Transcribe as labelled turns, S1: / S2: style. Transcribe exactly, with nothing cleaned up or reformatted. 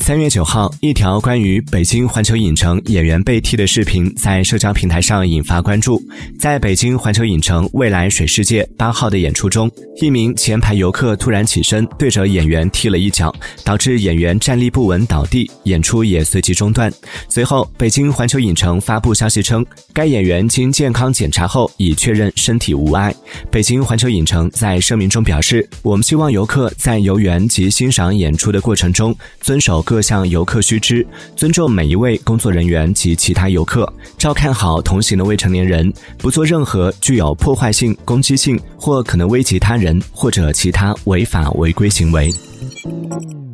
S1: 三月九号，一条关于北京环球影城演员被踢的视频在社交平台上引发关注。在北京环球影城未来水世界八号的演出中，一名前排游客突然起身对着演员踢了一脚，导致演员站立不稳倒地，演出也随即中断。随后，北京环球影城发布消息称，该演员经健康检查后已确认身体无碍。北京环球影城在声明中表示，我们希望游客在游园及欣赏演出的过程中遵守各项游客须知，尊重每一位工作人员及其他游客，照看好同行的未成年人，不做任何具有破坏性、攻击性或可能危及他人或者其他违法违规行为。